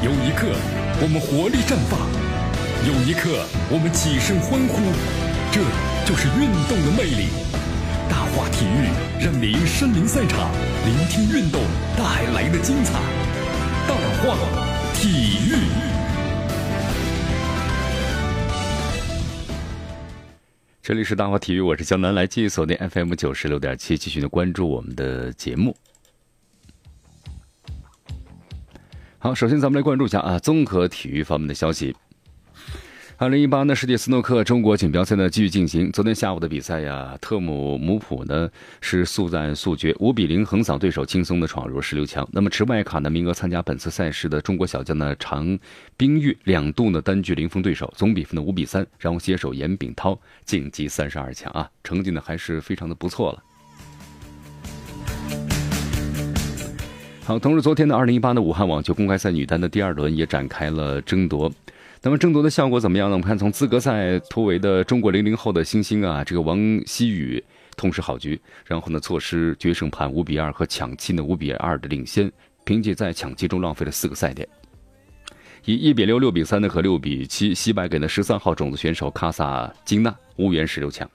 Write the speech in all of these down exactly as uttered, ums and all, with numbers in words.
有一刻我们活力绽放，有一刻我们起身欢呼，这就是运动的魅力。大话体育让您身临赛场，聆听运动带来的精彩。大话体育。这里是大话体育，我是江南，来继续锁定 F M 九十六点七，继续的关注我们的节目。好，首先咱们来关注一下啊，综合体育方面的消息。二零一八呢世界斯诺克中国锦标赛呢继续进行，昨天下午的比赛呀，特姆姆普呢是速战速决，五比零横扫对手，轻松的闯入十六强。那么持外卡的名额参加本次赛事的中国小将呢常冰玉两度呢单局零封对手，总比分的五比三，然后携手严炳涛晋级三十二强啊，成绩呢还是非常的不错了。好，同时昨天的二零一八的武汉网球公开赛女单的第二轮也展开了争夺。那么争夺的效果怎么样呢？我们看从资格赛突围的中国零零后的新星啊，这个王希雨痛失好局，然后呢错失决胜盘五比二和抢七呢五比二的领先，凭借在抢七中浪费了四个赛点，以一比六、六比三呢和六比七惜败给了十三号种子选手卡萨金娜，无缘十六强。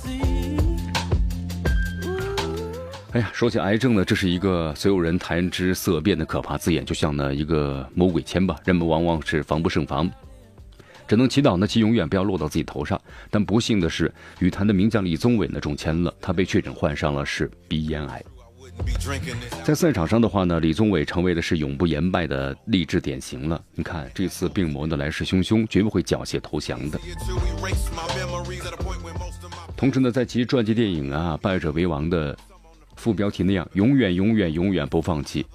哎呀，说起癌症呢，这是一个所有人谈之色变的可怕字眼，就像呢一个魔鬼签吧，人们往往是防不胜防，只能祈祷呢其永远不要落到自己头上。但不幸的是，羽坛的名将李宗伟呢中签了，他被确诊患上了是鼻咽癌。在赛场上的话呢，李宗伟成为的是永不言败的励志典型了。你看这次病魔的来势汹汹，绝不会缴械投降的。同时呢，在其传记电影啊《败者为王》的副标题那样，永远永远永远不放弃。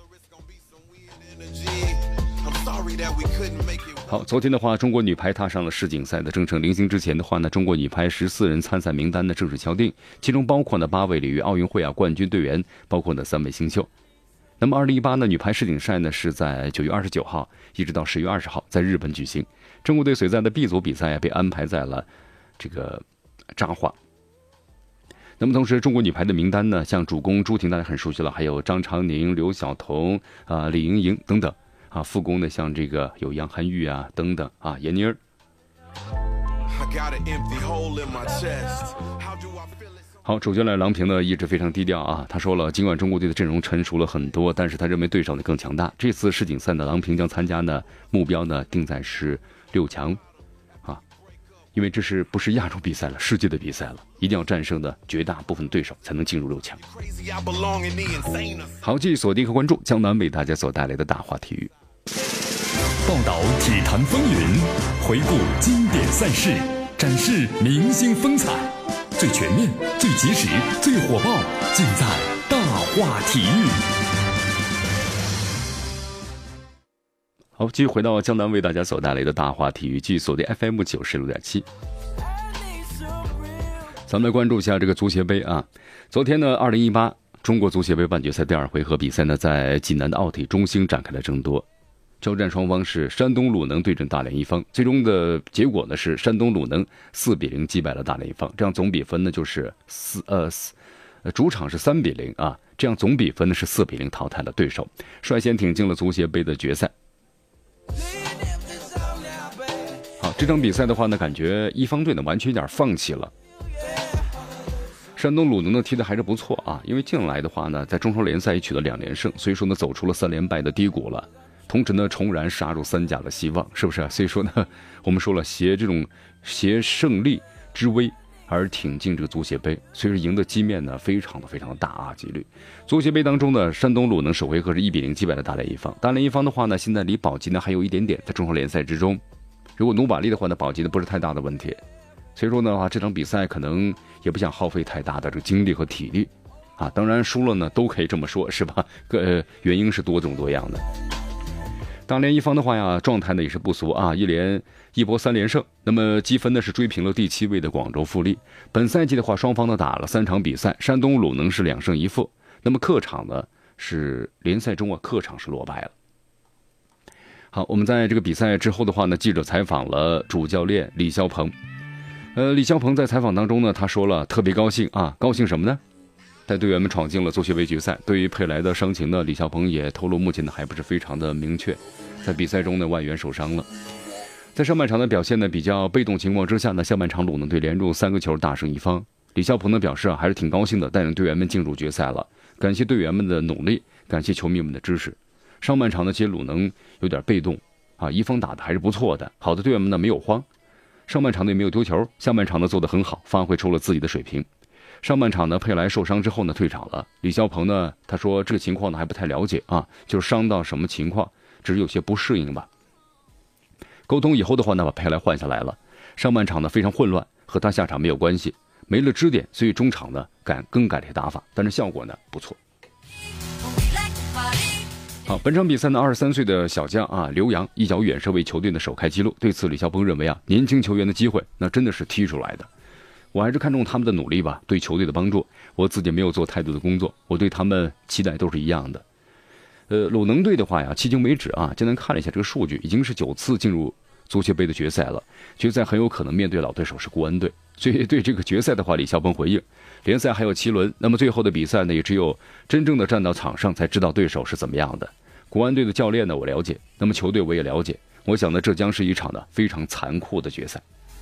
好，昨天的话，中国女排踏上了世锦赛的征程。临行之前的话呢，中国女排十四人参赛名单呢正式敲定，其中包括呢八位里约奥运会啊冠军队员，包括呢三位新秀。那么二零一八呢女排世锦赛呢是在九月二十九号一直到十月二十号在日本举行。中国队所在的 B 组比赛啊被安排在了这个札幌。那么同时，中国女排的名单呢，像主攻朱婷大家很熟悉了，还有张常宁、刘晓彤啊、李盈莹等等啊，副攻呢像这个有杨涵玉啊等等啊，闫妮儿。好，主教练郎平呢一直非常低调啊，他说了，尽管中国队的阵容成熟了很多，但是他认为对手呢更强大。这次世锦赛的郎平将参加呢，目标呢定在是六强。因为这是不是亚洲比赛了，世界的比赛了，一定要战胜的绝大部分对手才能进入六强。好，继续锁定和关注江南为大家所带来的大话体育，报道体坛风云，回顾经典赛事，展示明星风采，最全面、最及时、最火爆，尽在大话体育。好，继续回到江南为大家所带来的大话体育，继续锁定 F M 九十六点七。咱们来关注一下这个足协杯啊。昨天呢，二零一八中国足协杯半决赛第二回合比赛呢，在济南的奥体中心展开了争夺。交战双方是山东鲁能对阵大连一方，最终的结果呢是山东鲁能四比零击败了大连一方，这样总比分呢就是四呃四，主场是三比零啊，这样总比分呢是四比零淘汰了对手，率先挺进了足协杯的决赛。好，这场比赛的话呢，感觉一方队呢完全有点放弃了。山东鲁能呢踢的还是不错啊，因为近来的话呢，在中超联赛也取得两连胜，所以说呢走出了三连败的低谷了，同时呢重燃杀入三甲的希望，是不是？所以说呢，我们说了，携这种携胜利之威而挺进这个足协杯，所以说赢的机面呢非常的非常的大啊，几率。足协杯当中呢，山东鲁能首回合是一比零击败了大连一方。大连一方的话呢，现在离保级呢还有一点点，在中超联赛之中，如果努把力的话呢，保级呢不是太大的问题。所以说呢，这场比赛可能也不想耗费太大的这个精力和体力啊。当然输了呢，都可以这么说，是吧？呃，原因是多种多样的。大连一方的话呀，状态呢也是不俗啊，一连一波三连胜，那么积分呢是追平了第七位的广州富力。本赛季的话，双方呢打了三场比赛，山东鲁能是两胜一负，那么客场呢是联赛中啊客场是落败了。好，我们在这个比赛之后的话呢，记者采访了主教练李霄鹏。呃，李霄鹏在采访当中呢，他说了特别高兴啊，高兴什么呢？带队员们闯进了足协杯决赛。对于佩莱的伤情呢，李霄鹏也透露目前呢还不是非常的明确。 在比赛中呢，外援受伤了。在上半场的表现呢比较被动情况之下呢，下半场鲁能队连入三个球大胜一方。李霄鹏呢表示啊，还是挺高兴的，带领队员们进入决赛了，感谢队员们的努力，感谢球迷们的支持。上半场呢，其实鲁能有点被动啊，一方打的还是不错的，好的队员们呢没有慌，上半场呢也没有丢球，下半场呢做得很好，发挥出了自己的水平。上半场呢，佩莱受伤之后呢退场了，李霄鹏呢他说这个情况呢还不太了解啊，就是伤到什么情况，只是有些不适应吧。沟通以后的话呢，把佩莱换下来了。上半场呢非常混乱，和他下场没有关系，没了支点，所以中场呢改更改了打法，但是效果呢不错。好，本场比赛呢，二十三岁的小将啊刘洋一脚远射为球队的首开纪录。对此，李霄鹏认为啊，年轻球员的机会那真的是踢出来的。我还是看重他们的努力吧，对球队的帮助，我自己没有做太多的工作，我对他们期待都是一样的。呃，鲁能队的话呀，迄今为止啊，简单看了一下这个数据，已经是九次进入足协杯的决赛了。决赛很有可能面对老对手是国安队，所以对这个决赛的话，李霄鹏回应：联赛还有七轮，那么最后的比赛呢，也只有真正的站到场上才知道对手是怎么样的。国安队的教练呢，我了解，那么球队我也了解，我想呢，这将是一场呢非常残酷的决赛。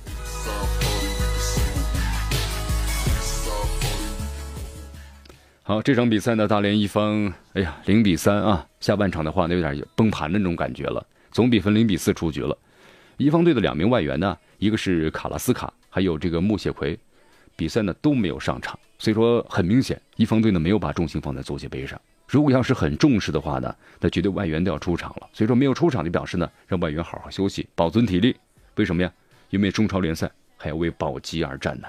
好，这场比赛呢，大连一方，哎呀，零比三啊，下半场的话呢，有点崩盘的那种感觉了，总比分零比四出局了。一方队的两名外援呢，一个是卡拉斯卡，还有这个穆谢奎，比赛呢都没有上场，所以说很明显，一方队呢没有把重心放在足协杯上。如果要是很重视的话呢，那绝对外援都要出场了。所以说没有出场就表示呢，让外援好好休息，保存体力。为什么呀？因为中超联赛还要为保级而战呢。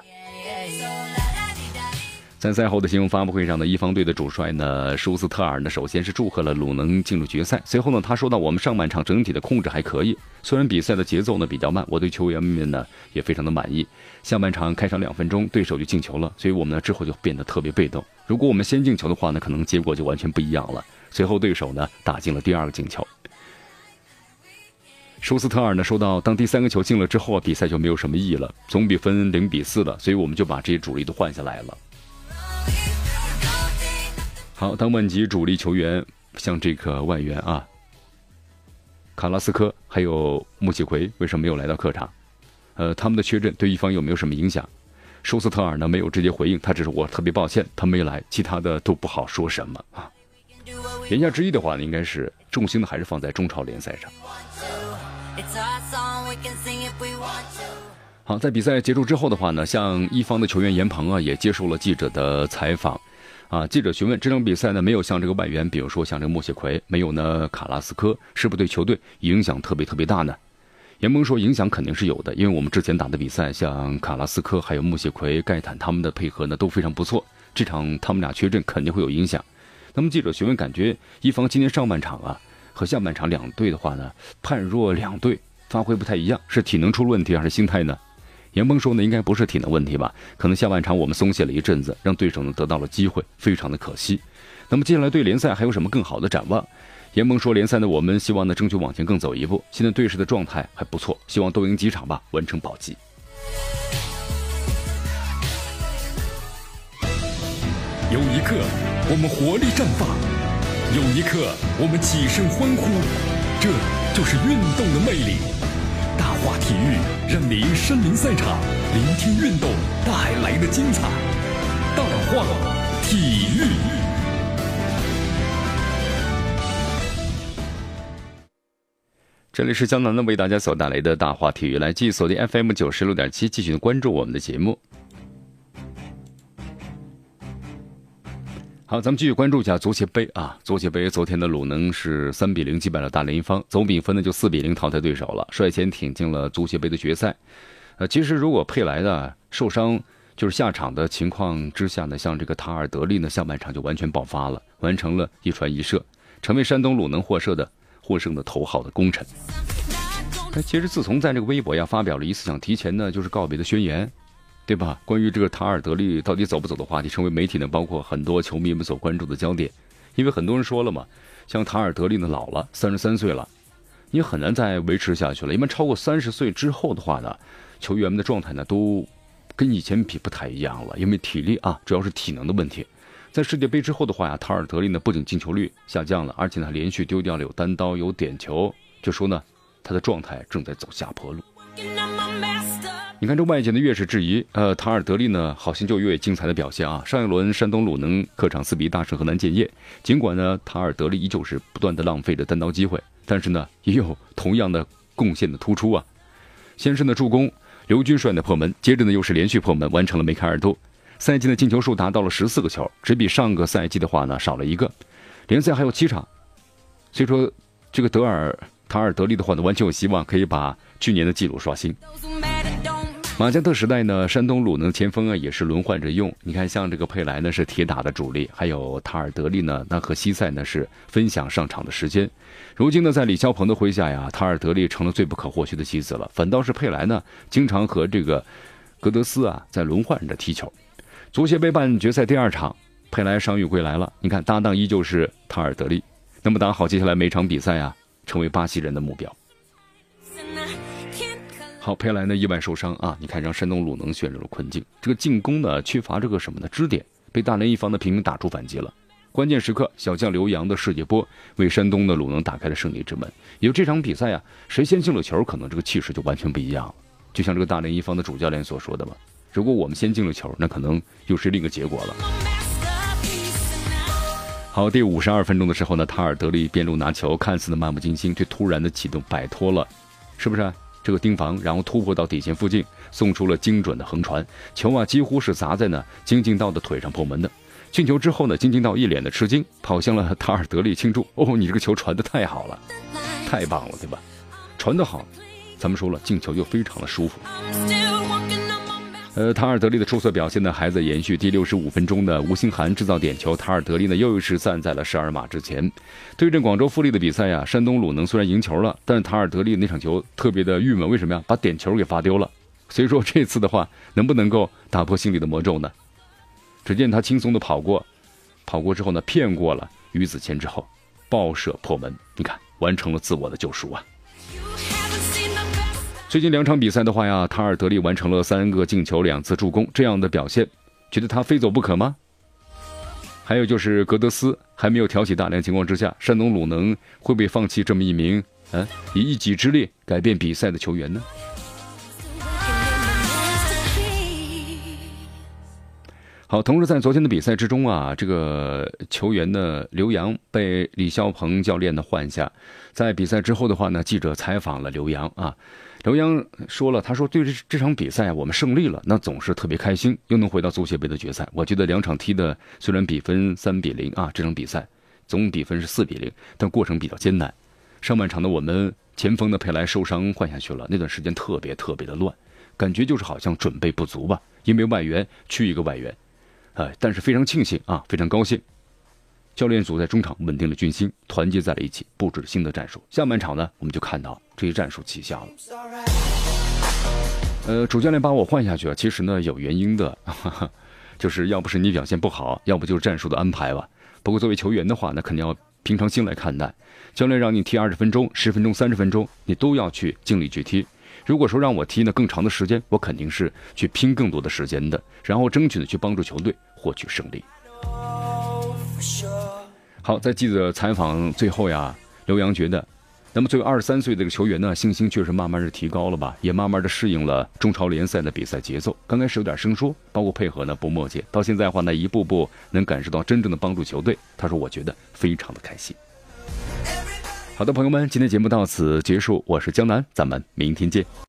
在赛后的新闻发布会上呢，一方队的主帅呢舒斯特尔呢，首先是祝贺了鲁能进入决赛。随后呢，他说到我们上半场整体的控制还可以，虽然比赛的节奏呢比较慢，我对球员们呢也非常的满意。下半场开场两分钟，对手就进球了，所以我们呢之后就变得特别被动。如果我们先进球的话呢，可能结果就完全不一样了。随后对手呢打进了第二个进球。舒斯特尔呢说到，当第三个球进了之后啊，比赛就没有什么意义了，总比分零比四了，所以我们就把这些主力都换下来了。好，当万级主力球员像这个外援啊，卡拉斯科还有穆奇奎为什么没有来到客场？呃，他们的缺阵对一方有没有什么影响？舒斯特尔呢没有直接回应，他只是我特别抱歉他没来，其他的都不好说什么啊。言下之意的话呢，应该是重心呢还是放在中超联赛上。好，在比赛结束之后的话呢，像一方的球员严鹏啊也接受了记者的采访。啊，记者询问这场比赛呢，没有像这个外援，比如说像这个穆谢奎，没有呢卡拉斯科，是不是对球队影响特别特别大呢？严鹏说影响肯定是有的，因为我们之前打的比赛，像卡拉斯科还有穆谢奎、盖坦他们的配合呢都非常不错，这场他们俩缺阵肯定会有影响。那么记者询问，感觉一方今天上半场啊和下半场两队的话呢，判若两队，发挥不太一样，是体能出了问题还是心态呢？严鹏说呢，应该不是体能问题吧，可能下半场我们松懈了一阵子，让对手呢得到了机会，非常的可惜。那么接下来对联赛还有什么更好的展望？严鹏说，联赛呢我们希望呢争取往前更走一步，现在队士的状态还不错，希望多赢几场吧，完成保级。 有一刻我们活力绽放，有一刻我们起身欢呼，这就是运动的魅力。大话体育让您身临赛场，聆听运动带来的精彩。大话体育， 这里是江南的为大家所带来的大话体育，来继续锁定 F M 九十六点七，继续关注我们的节目。好，咱们继续关注一下足协杯啊。足协杯昨天的鲁能是三比零击败了大连一方，总比分呢就四比零淘汰对手了，率先挺进了足协杯的决赛。呃，其实如果佩莱的受伤就是下场的情况之下呢，像这个塔尔德利呢，下半场就完全爆发了，完成了一传一射，成为山东鲁能获胜的获胜的头号的功臣。哎，其实自从在这个微博呀发表了一次想提前呢就是告别的宣言。对吧？关于这个塔尔德利到底走不走的话题，成为媒体呢，包括很多球迷们所关注的焦点。因为很多人说了嘛，像塔尔德利呢老了，三十三岁了，你很难再维持下去了。因为超过三十岁之后的话呢，球员们的状态呢都跟以前比不太一样了，因为体力啊，主要是体能的问题。在世界杯之后的话呀，塔尔德利呢不仅进球率下降了，而且呢连续丢掉了有单刀有点球， 就说呢他的状态正在走下坡路。你看这外界呢越是质疑，呃，塔尔德利呢好像就越精彩的表现啊。上一轮山东鲁能客场四比一大胜河南建业，尽管呢塔尔德利依旧是不断的浪费着单刀机会，但是呢也有同样的贡献的突出啊。先是呢助攻刘军帅的破门，接着呢又是连续破门，完成了梅开二度。赛季的进球数达到了十四个球，只比上个赛季的话呢少了一个。联赛还有七场，所以说这个德尔塔尔德利的话呢完全有希望可以把去年的记录刷新。马加特时代呢，山东鲁能前锋啊也是轮换着用。你看，像这个佩莱呢是铁打的主力，还有塔尔德利呢，那和西塞呢是分享上场的时间。如今呢，在李霄鹏的麾下呀，塔尔德利成了最不可或缺的棋子了。反倒是佩莱呢，经常和这个格德斯啊在轮换着踢球。足协杯半决赛第二场，佩莱伤愈归来了。你看，搭档依旧是塔尔德利。那么打好接下来每场比赛啊，成为巴西人的目标。好，佩莱呢意外受伤啊，你看让山东鲁能陷入了困境。这个进攻呢缺乏这个什么呢支点，被大连一方的频频打出反击了。关键时刻，小将刘洋的世界波为山东的鲁能打开了胜利之门。也就这场比赛啊，谁先进了球，可能这个气势就完全不一样了。就像这个大连一方的主教练所说的嘛，如果我们先进了球，那可能又是另一个结果了。好，第五十二分钟的时候呢，塔尔德利边路拿球，看似的漫不经心，却突然的启动摆脱了，是不是啊？这个盯防，然后突破到底线附近，送出了精准的横传，球啊几乎是砸在呢金敬道的腿上破门的。进球之后呢，金敬道一脸的吃惊，跑向了塔尔德利庆祝。哦，你这个球传得太好了，太棒了，对吧？传得好，咱们说了，进球就非常的舒服。呃，塔尔德利的出色表现呢还在延续。第六十五分钟的吴兴涵制造点球，塔尔德利呢又是站在了十二码之前。对阵广州富力的比赛呀、啊，山东鲁能虽然赢球了，但是塔尔德利那场球特别的郁闷，为什么呀？把点球给罚丢了。所以说这次的话，能不能够打破心理的魔咒呢？只见他轻松的跑过，跑过之后呢，骗过了于子谦之后，爆射破门，你看完成了自我的救赎啊。最近两场比赛的话呀，塔尔德利完成了三个进球两次助攻，这样的表现觉得他非走不可吗？还有就是格德斯还没有挑起大梁情况之下，山东鲁能会不会放弃这么一名啊以一己之力改变比赛的球员呢？好，同时在昨天的比赛之中啊，这个球员呢刘洋被李霄鹏教练的换下。在比赛之后的话呢，记者采访了刘洋啊，刘洋说了，他说对这这场比赛我们胜利了，那总是特别开心，又能回到足协杯的决赛。我觉得两场踢的虽然比分三比零啊，这场比赛总比分是四比零，但过程比较艰难。上半场的我们前锋的佩莱受伤换下去了，那段时间特别特别的乱，感觉就是好像准备不足吧，因为外援去一个外援。呃，但是非常庆幸啊，非常高兴，教练组在中场稳定了军心，团结在了一起，布置新的战术。下半场呢，我们就看到这些战术起效了。呃，主教练把我换下去啊，其实呢有原因的，呵呵，就是要不是你表现不好，要不就是战术的安排吧。不过作为球员的话，那肯定要平常心来看待。教练让你踢二十分钟、十分钟、三十分钟，你都要去尽力去踢。如果说让我踢呢更长的时间，我肯定是去拼更多的时间的，然后争取的去帮助球队获取胜利。好，在记者采访最后呀，刘洋觉得，那么作为二十三岁的这个球员呢，信心确实慢慢的提高了吧，也慢慢的适应了中超联赛的比赛节奏。刚开始有点生疏，包括配合呢不默契，到现在的话呢，一步步能感受到真正的帮助球队。他说，我觉得非常的开心。好的，朋友们，今天节目到此结束，我是江南，咱们明天见。